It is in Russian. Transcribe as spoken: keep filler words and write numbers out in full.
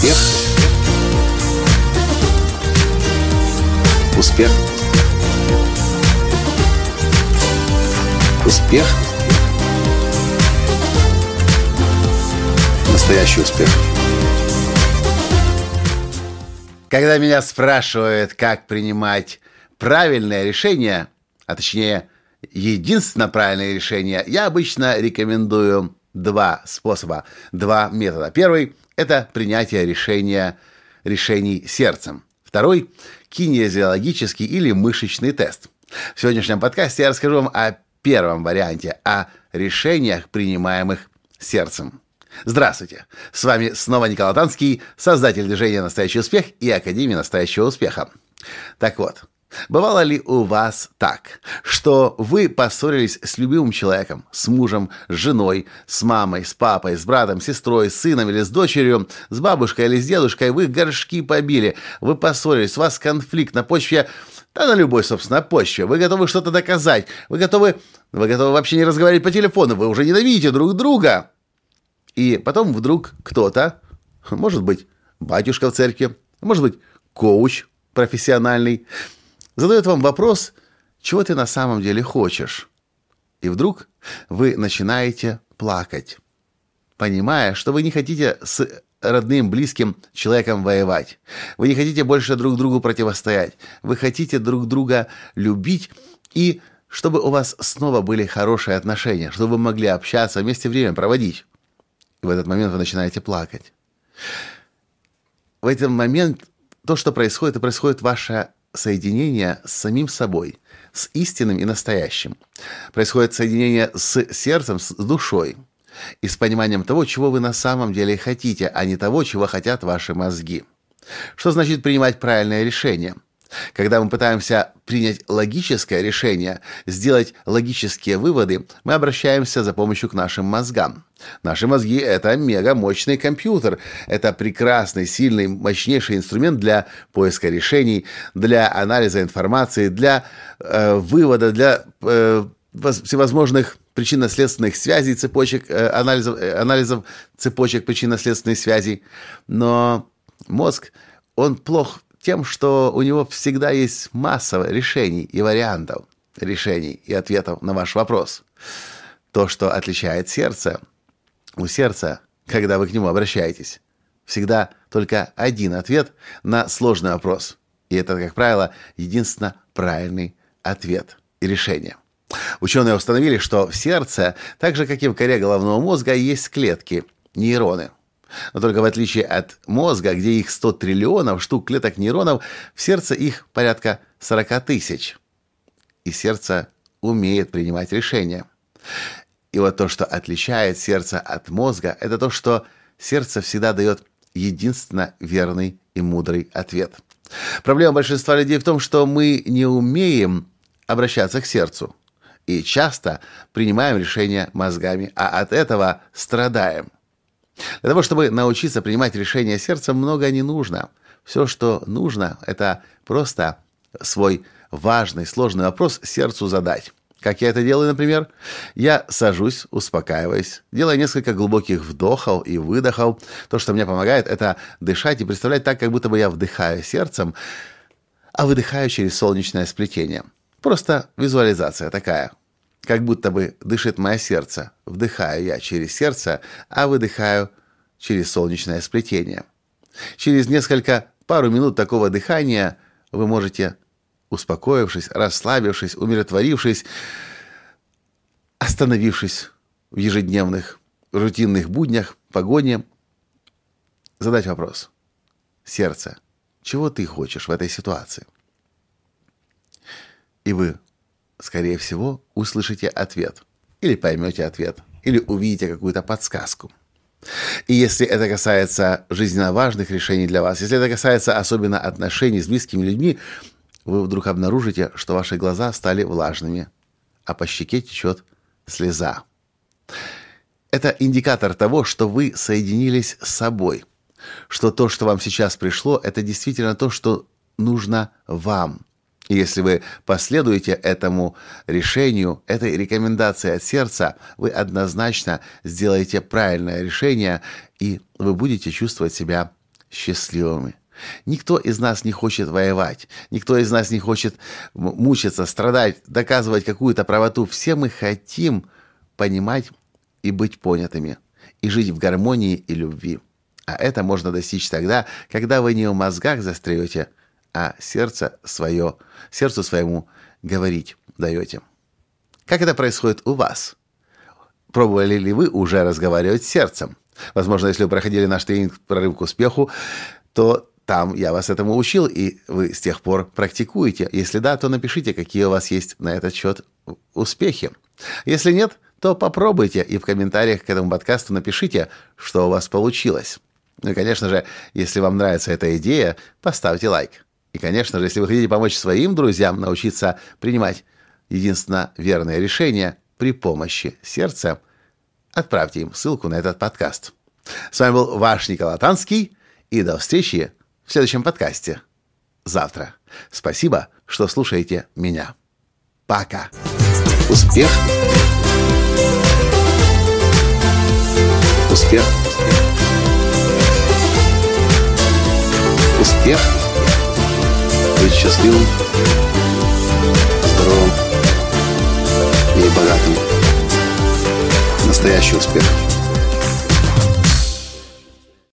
Успех. Успех. Успех. Настоящий успех. Когда меня спрашивают, как принимать правильное решение, а точнее, единственно правильное решение, я обычно рекомендую два способа, два метода. Первый – это принятие решения, решений сердцем. Второй – кинезиологический или мышечный тест. В сегодняшнем подкасте я расскажу вам о первом варианте, о решениях, принимаемых сердцем. Здравствуйте! С вами снова Николай Танский, создатель движения «Настоящий успех» и Академии настоящего успеха. Так вот, бывало ли у вас так, что вы поссорились с любимым человеком, с мужем, с женой, с мамой, с папой, с братом, с сестрой, с сыном или с дочерью, с бабушкой или с дедушкой, вы горшки побили, вы поссорились, у вас конфликт на почве, да на любой, собственно, почве, вы готовы что-то доказать, вы готовы, вы готовы вообще не разговаривать по телефону, вы уже ненавидите друг друга. И потом вдруг кто-то, может быть, батюшка в церкви, может быть, коуч профессиональный, задает вам вопрос, чего ты на самом деле хочешь. И вдруг вы начинаете плакать, понимая, что вы не хотите с родным, близким человеком воевать. Вы не хотите больше друг другу противостоять. Вы хотите друг друга любить и чтобы у вас снова были хорошие отношения, чтобы вы могли общаться, вместе время проводить. И в этот момент вы начинаете плакать. В этот момент то, что происходит, это происходит ваше соединение с самим собой, с истинным и настоящим. Происходит соединение с сердцем, с душой и с пониманием того, чего вы на самом деле хотите, а не того, чего хотят ваши мозги. Что значит принимать правильное решение? Когда мы пытаемся принять логическое решение, сделать логические выводы, мы обращаемся за помощью к нашим мозгам. Наши мозги – это мега-мощный компьютер. Это прекрасный, сильный, мощнейший инструмент для поиска решений, для анализа информации, для э, вывода, для э, всевозможных причинно-следственных связей, цепочек, э, анализов, э, анализов цепочек причинно-следственных связей. Но мозг, он плох тем, что у него всегда есть масса решений и вариантов решений и ответов на ваш вопрос. То, что отличает сердце, у сердца, когда вы к нему обращаетесь, всегда только один ответ на сложный вопрос. И это, как правило, единственно правильный ответ и решение. Ученые установили, что в сердце, так же, как и в коре головного мозга, есть клетки, нейроны. Но только в отличие от мозга, где их сто триллионов штук клеток нейронов, в сердце их порядка сорок тысяч. И сердце умеет принимать решения. И вот то, что отличает сердце от мозга, это то, что сердце всегда дает единственно верный и мудрый ответ. Проблема большинства людей в том, что мы не умеем обращаться к сердцу. И часто принимаем решения мозгами, а от этого страдаем. Для того, чтобы научиться принимать решения сердцем, много не нужно. Все, что нужно, это просто свой важный, сложный вопрос сердцу задать. Как я это делаю, например? Я сажусь, успокаиваюсь, делаю несколько глубоких вдохов и выдохов. То, что мне помогает, это дышать и представлять так, как будто бы я вдыхаю сердцем, а выдыхаю через солнечное сплетение. Просто визуализация такая. Как будто бы дышит мое сердце. Вдыхаю я через сердце, а выдыхаю через солнечное сплетение. Через несколько, пару минут такого дыхания вы можете, успокоившись, расслабившись, умиротворившись, остановившись в ежедневных рутинных буднях, погоне, задать вопрос. Сердце, чего ты хочешь в этой ситуации? И вы, скорее всего, услышите ответ. Или поймете ответ. Или увидите какую-то подсказку. И если это касается жизненно важных решений для вас, если это касается особенно отношений с близкими людьми, вы вдруг обнаружите, что ваши глаза стали влажными, а по щеке течет слеза. Это индикатор того, что вы соединились с собой, что то, что вам сейчас пришло, это действительно то, что нужно вам. И если вы последуете этому решению, этой рекомендации от сердца, вы однозначно сделаете правильное решение, и вы будете чувствовать себя счастливыми. Никто из нас не хочет воевать, никто из нас не хочет мучиться, страдать, доказывать какую-то правоту. Все мы хотим понимать и быть понятыми, и жить в гармонии и любви. А это можно достичь тогда, когда вы не в мозгах застряете, а сердце свое, сердцу своему говорить даете. Как это происходит у вас? Пробовали ли вы уже разговаривать с сердцем? Возможно, если вы проходили наш тренинг «Прорыв к успеху», то там я вас этому учил, и вы с тех пор практикуете. Если да, то напишите, какие у вас есть на этот счет успехи. Если нет, то попробуйте и в комментариях к этому подкасту напишите, что у вас получилось. Ну и, конечно же, если вам нравится эта идея, поставьте лайк. И, конечно же, если вы хотите помочь своим друзьям научиться принимать единственно верное решение при помощи сердца, отправьте им ссылку на этот подкаст. С вами был ваш Николай Танский, и до встречи в следующем подкасте завтра. Спасибо, что слушаете меня. Пока. Успех. Успех. Успех. Быть счастливым, здоровым и богатым. Настоящий успех.